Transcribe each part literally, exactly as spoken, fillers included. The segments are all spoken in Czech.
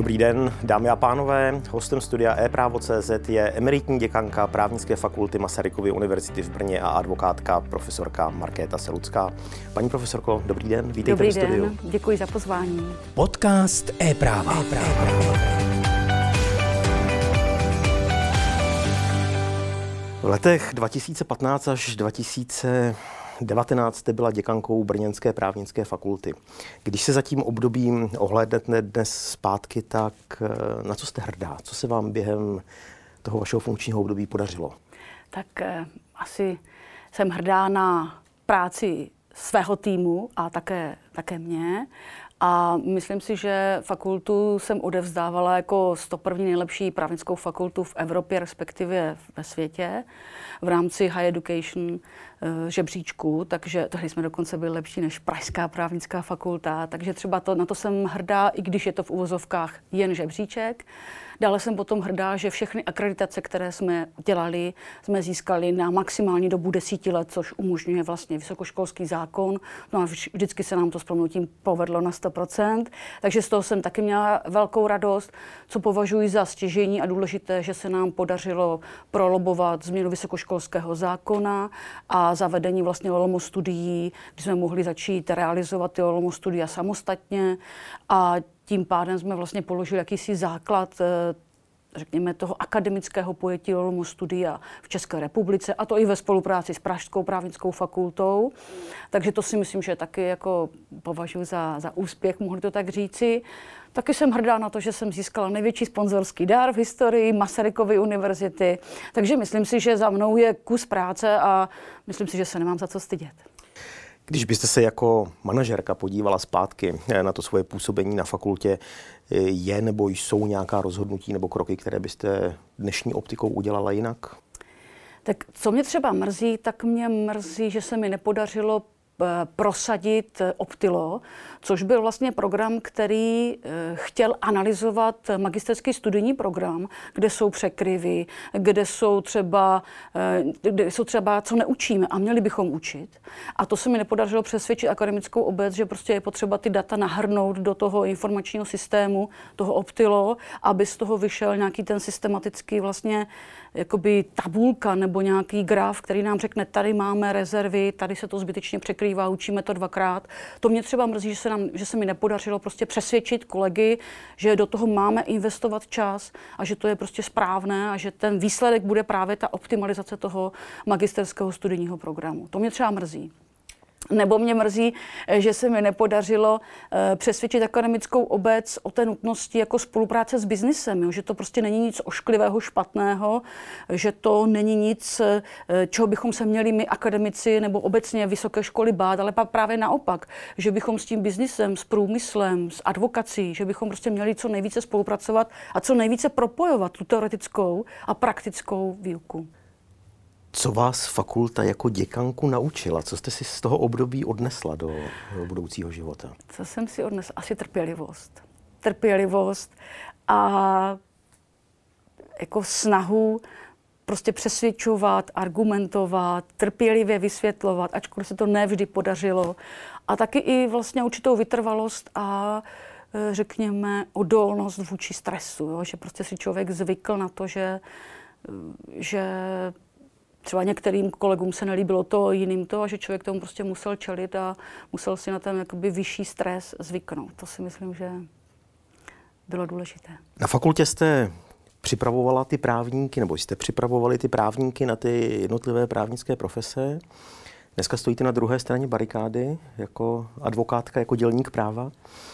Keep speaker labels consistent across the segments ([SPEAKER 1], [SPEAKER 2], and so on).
[SPEAKER 1] Dobrý den, dámy a pánové. Hostem studia e-právo tečka cé zet je emeritní děkanka Právnické fakulty Masarykovy univerzity v Brně a advokátka profesorka Markéta Selucká. Paní profesorko, dobrý den, vítejte
[SPEAKER 2] dobrý
[SPEAKER 1] v studiu.
[SPEAKER 2] Den, děkuji za pozvání.
[SPEAKER 3] Podcast e-práva. e-práva.
[SPEAKER 1] V letech dva tisíce patnáct až dva tisíce devatenáct jste byla děkankou Brněnské právnické fakulty. Když se za tím obdobím ohlédnete dnes zpátky, tak na co jste hrdá? Co se vám během toho vašeho funkčního období podařilo?
[SPEAKER 2] Tak eh, asi jsem hrdá na práci svého týmu a také, také mě. A myslím si, že fakultu jsem odevzdávala jako sto první nejlepší právnickou fakultu v Evropě, respektive ve světě, v rámci High Education uh, žebříčku, takže tehdy jsme dokonce byli lepší než Pražská právnická fakulta, takže třeba to, na to jsem hrdá, i když je to v uvozovkách jen žebříček. Dále jsem potom hrdá, že všechny akreditace, které jsme dělali, jsme získali na maximální dobu desíti let, což umožňuje vlastně vysokoškolský zákon. No a vždycky se nám to s prominutím povedlo na sto procent. Takže z toho jsem taky měla velkou radost, co považuji za stěžejní a důležité, že se nám podařilo prolobovat změnu vysokoškolského zákona a zavedení vlastně LOLOMO studií, kdy jsme mohli začít realizovat ty LOLOMO studia samostatně a tím pádem jsme vlastně položili jakýsi základ, řekněme, toho akademického pojetí LOLOMO studia v České republice, a to i ve spolupráci s Pražskou právnickou fakultou. Takže to si myslím, že taky jako považuji za, za úspěch, mohli to tak říci. Taky jsem hrdá na to, že jsem získala největší sponzorský dar v historii Masarykovy univerzity. Takže myslím si, že za mnou je kus práce a myslím si, že se nemám za co stydět.
[SPEAKER 1] Když byste se jako manažerka podívala zpátky na to svoje působení na fakultě, je nebo jsou nějaká rozhodnutí nebo kroky, které byste dnešní optikou udělala jinak?
[SPEAKER 2] Tak co mě třeba mrzí, tak mě mrzí, že se mi nepodařilo prosadit Optilo, což byl vlastně program, který chtěl analyzovat magisterský studijní program, kde jsou překryvy, kde jsou třeba, kde jsou třeba, co neučíme a měli bychom učit. A to se mi nepodařilo přesvědčit akademickou obec, že prostě je potřeba ty data nahrnout do toho informačního systému, toho Optilo, aby z toho vyšel nějaký ten systematický vlastně jakoby tabulka nebo nějaký graf, který nám řekne, tady máme rezervy, tady se to zbytečně překrývá, učíme to dvakrát. To mě třeba mrzí, že se, nám, že se mi nepodařilo prostě přesvědčit kolegy, že do toho máme investovat čas a že to je prostě správné a že ten výsledek bude právě ta optimalizace toho magisterského studijního programu. To mě třeba mrzí. Nebo mě mrzí, že se mi nepodařilo přesvědčit akademickou obec o té nutnosti jako spolupráce s biznisem, jo? Že to prostě není nic ošklivého, špatného, že to není nic, čeho bychom se měli my akademici nebo obecně vysoké školy bát, ale právě naopak, že bychom s tím biznisem, s průmyslem, s advokací, že bychom prostě měli co nejvíce spolupracovat a co nejvíce propojovat tu teoretickou a praktickou výuku.
[SPEAKER 1] Co vás fakulta jako děkanku naučila? Co jste si z toho období odnesla do, do budoucího života?
[SPEAKER 2] Co jsem si odnesla? Asi trpělivost. Trpělivost a jako snahu prostě přesvědčovat, argumentovat, trpělivě vysvětlovat, ačkoliv se to nevždy podařilo. A taky i vlastně určitou vytrvalost a řekněme odolnost vůči stresu. Jo? Že prostě si člověk zvykl na to, že, že třeba některým kolegům se nelíbilo to, jiným to, a že člověk tomu prostě musel čelit a musel si na ten jakoby vyšší stres zvyknout. To si myslím, že bylo důležité.
[SPEAKER 1] Na fakultě jste připravovala ty právníky, nebo jste připravovali ty právníky na ty jednotlivé právnické profese. Dneska stojíte na druhé straně barikády jako advokátka, jako dělník práva.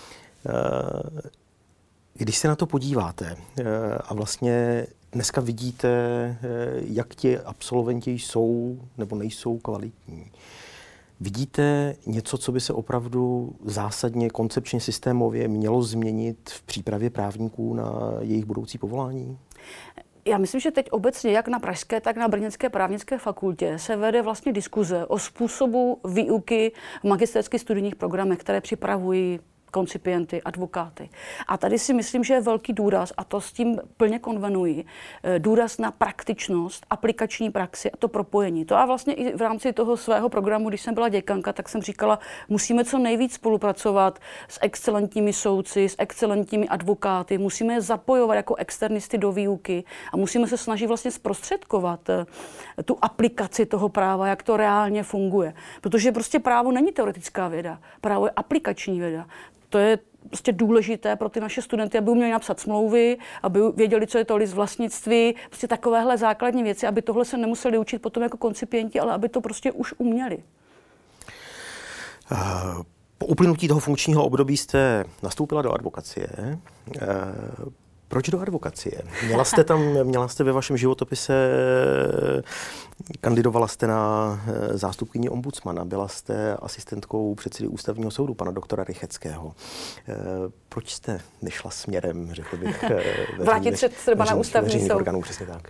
[SPEAKER 1] Když se na to podíváte a vlastně dneska vidíte, jak ti absolventi jsou nebo nejsou kvalitní. Vidíte něco, co by se opravdu zásadně, koncepčně, systémově mělo změnit v přípravě právníků na jejich budoucí povolání?
[SPEAKER 2] Já myslím, že teď obecně, jak na Pražské, tak na Brněnské právnické fakultě se vede vlastně diskuze o způsobu výuky v magisterských studijních programech, které připravují koncipienty, advokáty. A tady si myslím, že je velký důraz, a to s tím plně konvenuji, důraz na praktičnost, aplikační praxi a to propojení. To a vlastně i v rámci toho svého programu, když jsem byla děkanka, tak jsem říkala, musíme co nejvíc spolupracovat s excelentními soudci, s excelentními advokáty, musíme je zapojovat jako externisty do výuky a musíme se snažit vlastně zprostředkovat tu aplikaci toho práva, jak to reálně funguje. Protože prostě právo není teoretická věda, právo je aplikační věda. To je prostě důležité pro ty naše studenty, aby uměli napsat smlouvy, aby věděli, co je to list vlastnictví, prostě takovéhle základní věci, aby tohle se nemuseli učit potom jako koncipienti, ale aby to prostě už uměli.
[SPEAKER 1] Po uplynutí toho funkčního období jste nastoupila do advokacie. Proč do advokacie? Měla jste tam, měla jste ve vašem životopise, kandidovala jste na zástupkyni ombudsmana, byla jste asistentkou předsedy ústavního soudu, pana doktora Rycheckého. Proč jste nešla směrem, řekl bych,
[SPEAKER 2] vrátit se třeba na ústavní soud?
[SPEAKER 1] Orgánů, přesně tak.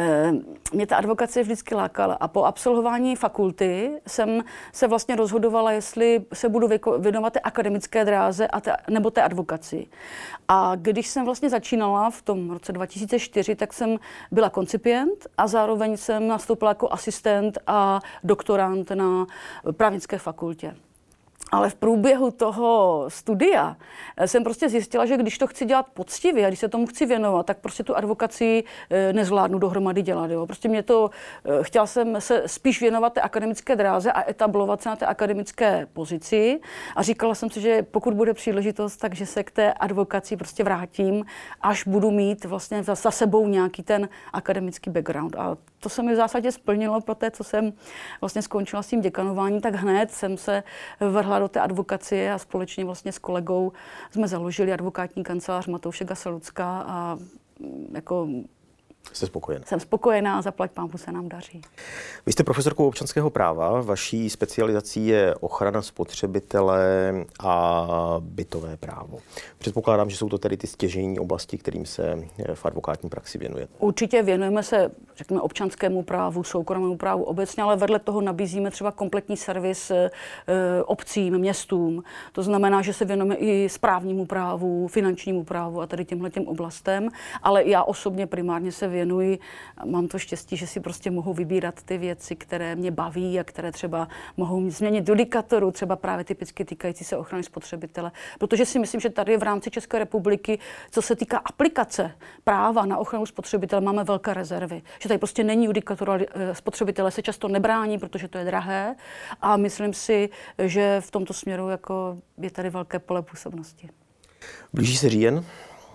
[SPEAKER 2] Mě ta advokacie vždycky lákala a po absolvování fakulty jsem se vlastně rozhodovala, jestli se budu věnovat té akademické dráze a té, nebo té advokaci. A když jsem vlastně začínala v tom roce dva tisíce čtyři, tak jsem byla koncipient a zároveň jsem nastoupila jako asistent a doktorant na právnické fakultě. Ale v průběhu toho studia jsem prostě zjistila, že když to chci dělat poctivě a když se tomu chci věnovat, tak prostě tu advokaci nezvládnu dohromady dělat. Jo. Prostě mě to, chtěla jsem se spíš věnovat té akademické dráze a etablovat se na té akademické pozici a říkala jsem si, že pokud bude příležitost, takže se k té advokaci prostě vrátím, až budu mít vlastně za sebou nějaký ten akademický background. A to se mi v zásadě splnilo, protože co jsem vlastně skončila s tím děkanováním, tak hned jsem se vrhla do té advokacie a společně vlastně s kolegou jsme založili advokátní kancelář Matoušek a Selucka a jako
[SPEAKER 1] Jste spokojená?
[SPEAKER 2] Jsem spokojená a zaplať pánbůh se nám daří.
[SPEAKER 1] Vy jste profesorkou občanského práva, vaší specializací je ochrana spotřebitele a bytové právo. Předpokládám, že jsou to tedy ty stěžejní oblasti, kterým se v advokátní praxi věnujete.
[SPEAKER 2] Určitě věnujeme se, řekněme, občanskému právu, soukromému právu obecně, ale vedle toho nabízíme třeba kompletní servis e, obcím, městům. To znamená, že se věnujeme i správnímu právu, finančnímu právu a tady těmhletěm oblastem, ale já osobně primárně se věnuji, mám to štěstí, že si prostě mohu vybírat ty věci, které mě baví a které třeba mohou změnit judikaturu, třeba právě typicky týkající se ochrany spotřebitele, protože si myslím, že tady v rámci České republiky, co se týká aplikace práva na ochranu spotřebitele, máme velké rezervy. Že tady prostě není judikatura, spotřebitele se často nebrání, protože to je drahé a myslím si, že v tomto směru jako je tady velké pole působnosti.
[SPEAKER 1] Blíží se říjen.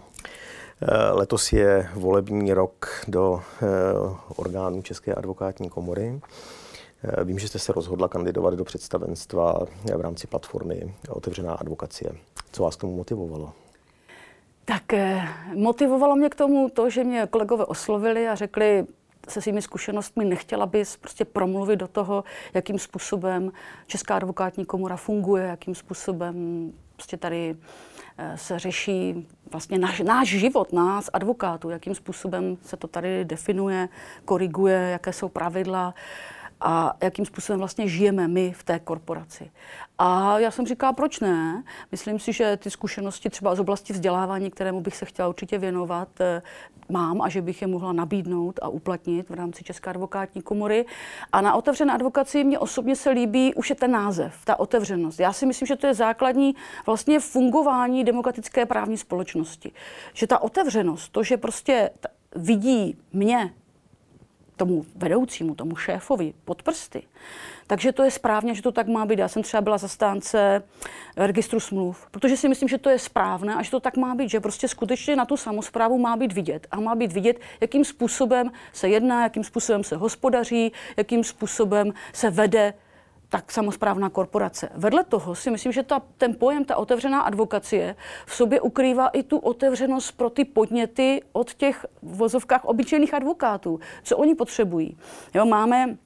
[SPEAKER 1] Letos je volební rok do orgánů České advokátní komory. Vím, že jste se rozhodla kandidovat do představenstva v rámci platformy Otevřená advokacie. Co vás k tomu motivovalo?
[SPEAKER 2] Tak motivovalo mě k tomu to, že mě kolegové oslovili a řekli, se svými zkušenostmi nechtěla bys prostě promluvit do toho, jakým způsobem Česká advokátní komora funguje, jakým způsobem prostě tady se řeší vlastně náš, náš život, nás, advokátů, jakým způsobem se to tady definuje, koriguje, jaké jsou pravidla a jakým způsobem vlastně žijeme my v té korporaci. A já jsem říkala, proč ne? Myslím si, že ty zkušenosti třeba z oblasti vzdělávání, kterému bych se chtěla určitě věnovat, mám a že bych je mohla nabídnout a uplatnit v rámci České advokátní komory. A na otevřené advokaci mě osobně se líbí už je ten název, ta otevřenost. Já si myslím, že to je základní vlastně fungování demokratické právní společnosti. Že ta otevřenost, to, že prostě vidí mě, tomu vedoucímu, tomu šéfovi pod prsty. Takže to je správně, že to tak má být. Já jsem třeba byla zastánce registru smluv, protože si myslím, že to je správné a že to tak má být, že prostě skutečně na tu samosprávu má být vidět. A má být vidět, jakým způsobem se jedná, jakým způsobem se hospodaří, jakým způsobem se vede tak samosprávná korporace. Vedle toho si myslím, že ta, ten pojem, ta otevřená advokacie v sobě ukrývá i tu otevřenost pro ty podněty od těch v vozovkách obyčejných advokátů. Co oni potřebují? Jo, máme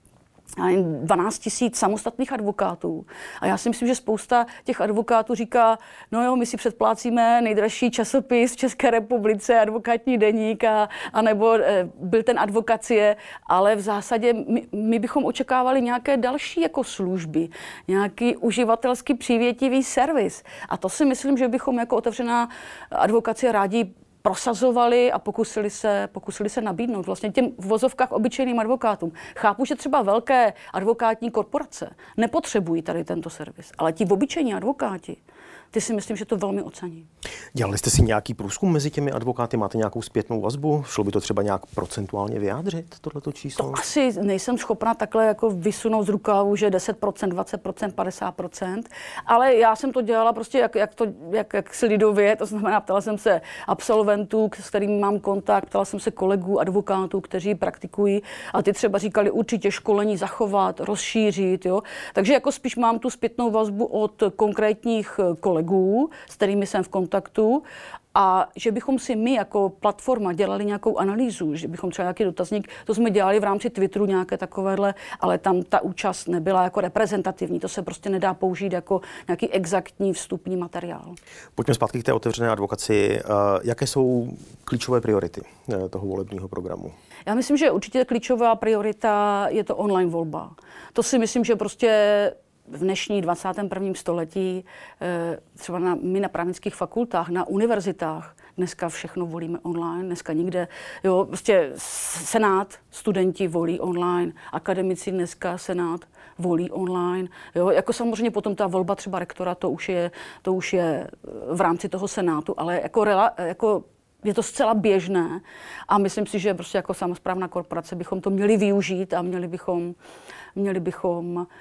[SPEAKER 2] dvanáct tisíc samostatných advokátů. A já si myslím, že spousta těch advokátů říká, no jo, my si předplácíme nejdražší časopis v České republice, advokátní deník, a, a nebo e, byl ten advokacie, ale v zásadě my, my bychom očekávali nějaké další jako služby, nějaký uživatelsky přívětivý servis. A to si myslím, že bychom jako otevřená advokacie rádi prosazovali a pokusili se, pokusili se nabídnout vlastně těm v vozovkách obyčejným advokátům. Chápu, že třeba velké advokátní korporace nepotřebují tady tento servis, ale ti obyčejní advokáti, ty si myslím, že to velmi ocení.
[SPEAKER 1] Dělali jste si nějaký průzkum mezi těmi advokáty? Máte nějakou zpětnou vazbu? Šlo by to třeba nějak procentuálně vyjádřit, tohleto číslo?
[SPEAKER 2] To asi nejsem schopna takhle jako vysunout z rukávu, že deset procent, dvacet procent, padesát procent, ale já jsem to dělala prostě jak, jak, to, jak, jak si lidově, to znamená, ptala jsem se absolventů, s kterými mám kontakt, ptala jsem se kolegů, advokátů, kteří praktikují a ty třeba říkali určitě školení zachovat, rozšířit, jo. Takže jako spíš mám tu zpětnou vazbu od konkrétních kolegů, s kterými jsem v kontaktu, a že bychom si my jako platforma dělali nějakou analýzu, že bychom třeba nějaký dotazník, to jsme dělali v rámci Twitteru nějaké takovéhle, ale tam ta účast nebyla jako reprezentativní, to se prostě nedá použít jako nějaký exaktní vstupní materiál.
[SPEAKER 1] Pojďme zpátky k té otevřené advokaci. Jaké jsou klíčové priority toho volebního programu?
[SPEAKER 2] Já myslím, že určitě klíčová priorita je to online volba. To si myslím, že prostě v dnešní dvacátém prvním století, třeba na, my na právnických fakultách, na univerzitách, dneska všechno volíme online, dneska nikde, jo, prostě senát, studenti volí online, akademici dneska senát volí online, jo, jako samozřejmě potom ta volba třeba rektora, to už je, to už je v rámci toho senátu, ale jako, rela, jako je to zcela běžné a myslím si, že prostě jako samosprávná korporace bychom to měli využít a měli bychom, měli bychom uh,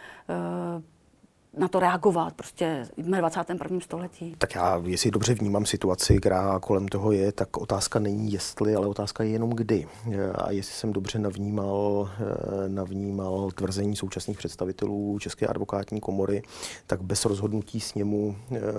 [SPEAKER 2] na to reagovat. Prostě jsme v dvacátém prvním století.
[SPEAKER 1] Tak já, jestli dobře vnímám situaci, která kolem toho je, tak otázka není jestli, ale otázka je jenom kdy. A jestli jsem dobře navnímal, navnímal tvrzení současných představitelů České advokátní komory, tak bez rozhodnutí sněmu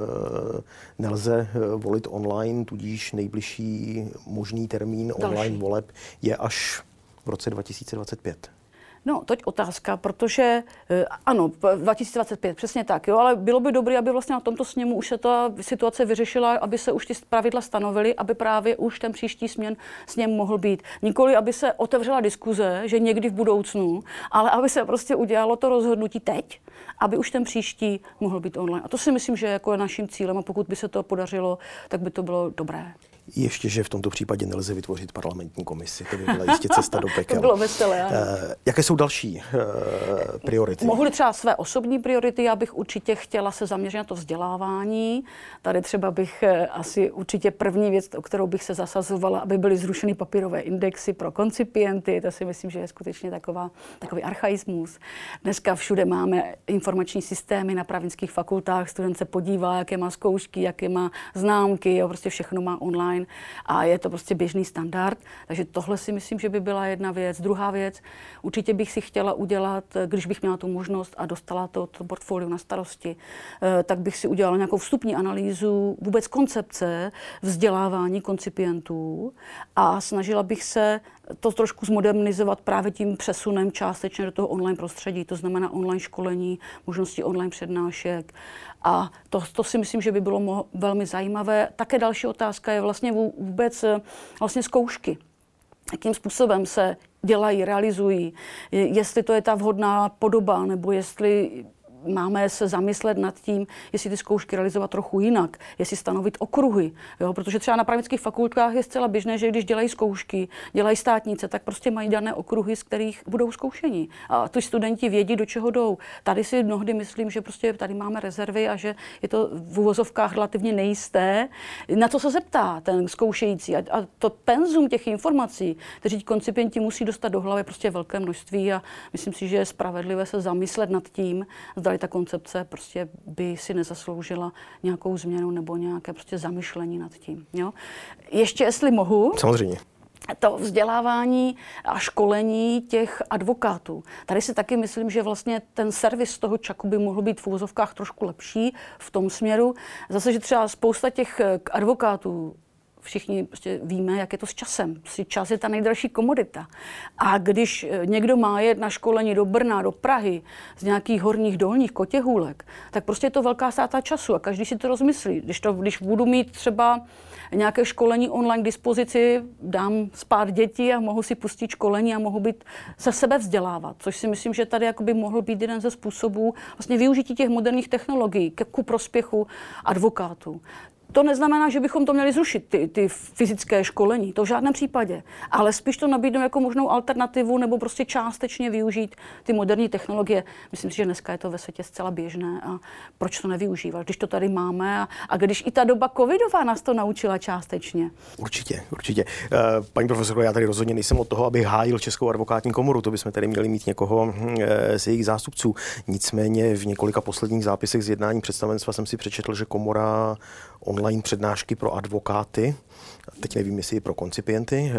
[SPEAKER 1] nelze volit online, tudíž nejbližší možný termín Další. online voleb je až v roce dva tisíce dvacet pět.
[SPEAKER 2] No, toť otázka, protože ano, dva tisíce dvacet pět, přesně tak, jo, ale bylo by dobré, aby vlastně na tomto sněmu už se ta situace vyřešila, aby se už ty pravidla stanovily, aby právě už ten příští směn sněm mohl být. Nikoli, aby se otevřela diskuze, že někdy v budoucnu, ale aby se prostě udělalo to rozhodnutí teď, aby už ten příští mohl být online. A to si myslím, že jako je naším cílem a pokud by se to podařilo, tak by to bylo dobré.
[SPEAKER 1] Ještě, že v tomto případě nelze vytvořit parlamentní komisi. To by byla jistě cesta do pekel.
[SPEAKER 2] To bylo veselé.
[SPEAKER 1] Uh, jaké jsou další uh, priority?
[SPEAKER 2] Mohli třeba své osobní priority. Já bych určitě chtěla se zaměřit na to vzdělávání. Tady třeba bych asi určitě první věc, o kterou bych se zasazovala, aby byly zrušeny papírové indexy pro koncipienty. To si myslím, že je skutečně taková, takový archaismus. Dneska všude máme informační systémy na právnických fakultách. Student se podívá, jaké má zkoušky, jaké má známky, jo, prostě všechno má online. A je to prostě běžný standard. Takže tohle si myslím, že by byla jedna věc. Druhá věc, určitě bych si chtěla udělat, když bych měla tu možnost a dostala to, to portfolio na starosti, tak bych si udělala nějakou vstupní analýzu vůbec koncepce vzdělávání koncipientů a snažila bych se to trošku zmodernizovat právě tím přesunem částečně do toho online prostředí. To znamená online školení, možnosti online přednášek. A to, to si myslím, že by bylo mo- velmi zajímavé. Také další otázka je vlastně vůbec vlastně zkoušky. Jakým způsobem se dělají, realizují, jestli to je ta vhodná podoba, nebo jestli máme se zamyslet nad tím, jestli ty zkoušky realizovat trochu jinak, jestli stanovit okruhy. Jo? Protože třeba na právnických fakultách je zcela běžné, že když dělají zkoušky, dělají státnice, tak prostě mají dané okruhy, z kterých budou zkoušení. A ty studenti vědí, do čeho jdou. Tady si mnohdy myslím, že prostě tady máme rezervy a že je to v uvozovkách relativně nejisté. Na co se zeptá ten zkoušející? A, a to penzum těch informací, kteří koncipienti musí dostat do hlavy, prostě velké množství a myslím si, že je spravedlivé se zamyslet nad tím, zda ta koncepce prostě by si nezasloužila nějakou změnu nebo nějaké prostě zamyšlení nad tím. Jo? Ještě, jestli mohu.
[SPEAKER 1] Samozřejmě.
[SPEAKER 2] To vzdělávání a školení těch advokátů. Tady si taky myslím, že vlastně ten servis toho ČAKu by mohl být v uvozovkách trošku lepší v tom směru. Zase, že třeba spousta těch advokátů všichni prostě víme, jak je to s časem. Prostě čas je ta nejdražší komodita. A když někdo má jet na školení do Brna, do Prahy, z nějakých horních dolních Kotěhůlek, tak prostě je to velká ztráta času a každý si to rozmyslí. Když, to, když budu mít třeba nějaké školení online k dispozici, dám spát děti a mohu si pustit školení a mohu být se sebe vzdělávat, což si myslím, že tady jakoby mohl být jeden ze způsobů vlastně využití těch moderních technologií ku prospěchu advokátů. To neznamená, že bychom to měli zrušit, ty, ty fyzické školení, to v žádném případě. Ale spíš to nabídnout jako možnou alternativu nebo prostě částečně využít ty moderní technologie. Myslím si, že dneska je to ve světě zcela běžné a proč to nevyužívat, když to tady máme a, a když i ta doba covidová nás to naučila částečně.
[SPEAKER 1] Určitě, určitě. Paní profesorko, já tady rozhodně nejsem od toho, abych hájil Českou advokátní komoru, to bychom tady měli mít někoho z jejich zástupců. Nicméně v několika posledních zápisech z jednání představenstva jsem si přečetl, že komora online přednášky pro advokáty, teď nevím, jestli i pro koncipienty,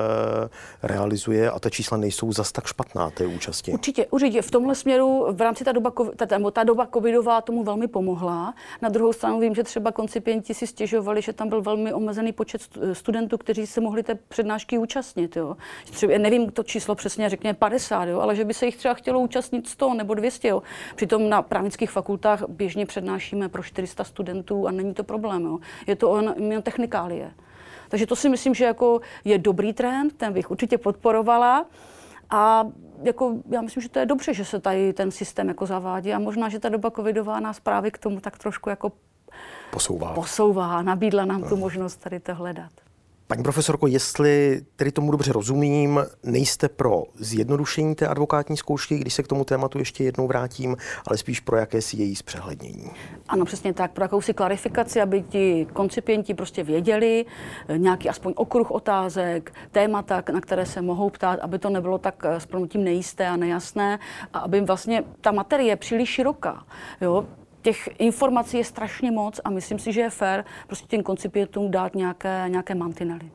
[SPEAKER 1] realizuje a ta čísla nejsou zas tak špatná té účasti.
[SPEAKER 2] Určitě, určitě. V tomhle směru v rámci ta doba, ta, ta doba covidová tomu velmi pomohla. Na druhou stranu vím, že třeba koncipienti si stěžovali, že tam byl velmi omezený počet studentů, kteří se mohli té přednášky účastnit. Jo. Třeba, nevím to číslo přesně, řekněme padesát, jo, ale že by se jich třeba chtělo účastnit sto nebo dvě stě. Jo. Přitom na právnických fakultách běžně přednášíme pro čtyři sta studentů a není to problém. Jo. Je to jen technikálie. Takže to si myslím, že jako je dobrý trend, ten bych určitě podporovala. A jako já myslím, že to je dobře, že se tady ten systém jako zavádí a možná, že ta doba covidová nás právě k tomu tak trošku jako
[SPEAKER 1] posouvá.
[SPEAKER 2] posouvá, nabídla nám tu možnost tady to hledat.
[SPEAKER 1] Paní profesorko, jestli tedy tomu dobře rozumím, nejste pro zjednodušení té advokátní zkoušky, když se k tomu tématu ještě jednou vrátím, ale spíš pro jakési její zpřehlednění.
[SPEAKER 2] Ano, přesně tak, pro jakousi klarifikaci, aby ti koncipienti prostě věděli nějaký aspoň okruh otázek, témata, na které se mohou ptát, aby to nebylo tak s prominutím nejisté a nejasné a aby vlastně ta materie je příliš široká. Jo? Těch informací je strašně moc a myslím si, že je fér prostě těm koncipientům dát nějaké, nějaké mantinely.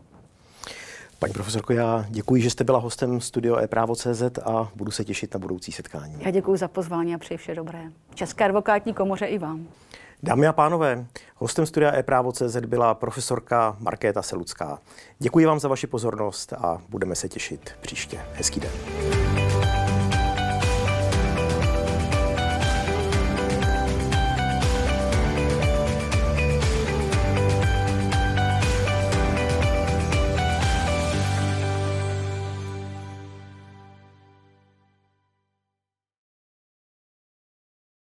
[SPEAKER 1] Paní profesorko, já děkuji, že jste byla hostem Studio ePrávo tečka cé zet a budu se těšit na budoucí setkání.
[SPEAKER 2] Já děkuji za pozvání a přeji vše dobré. České advokátní komoře i vám.
[SPEAKER 1] Dámy a pánové, hostem Studia ePrávo tečka cé zet byla profesorka Markéta Selucká. Děkuji vám za vaši pozornost a budeme se těšit příště. Hezký den.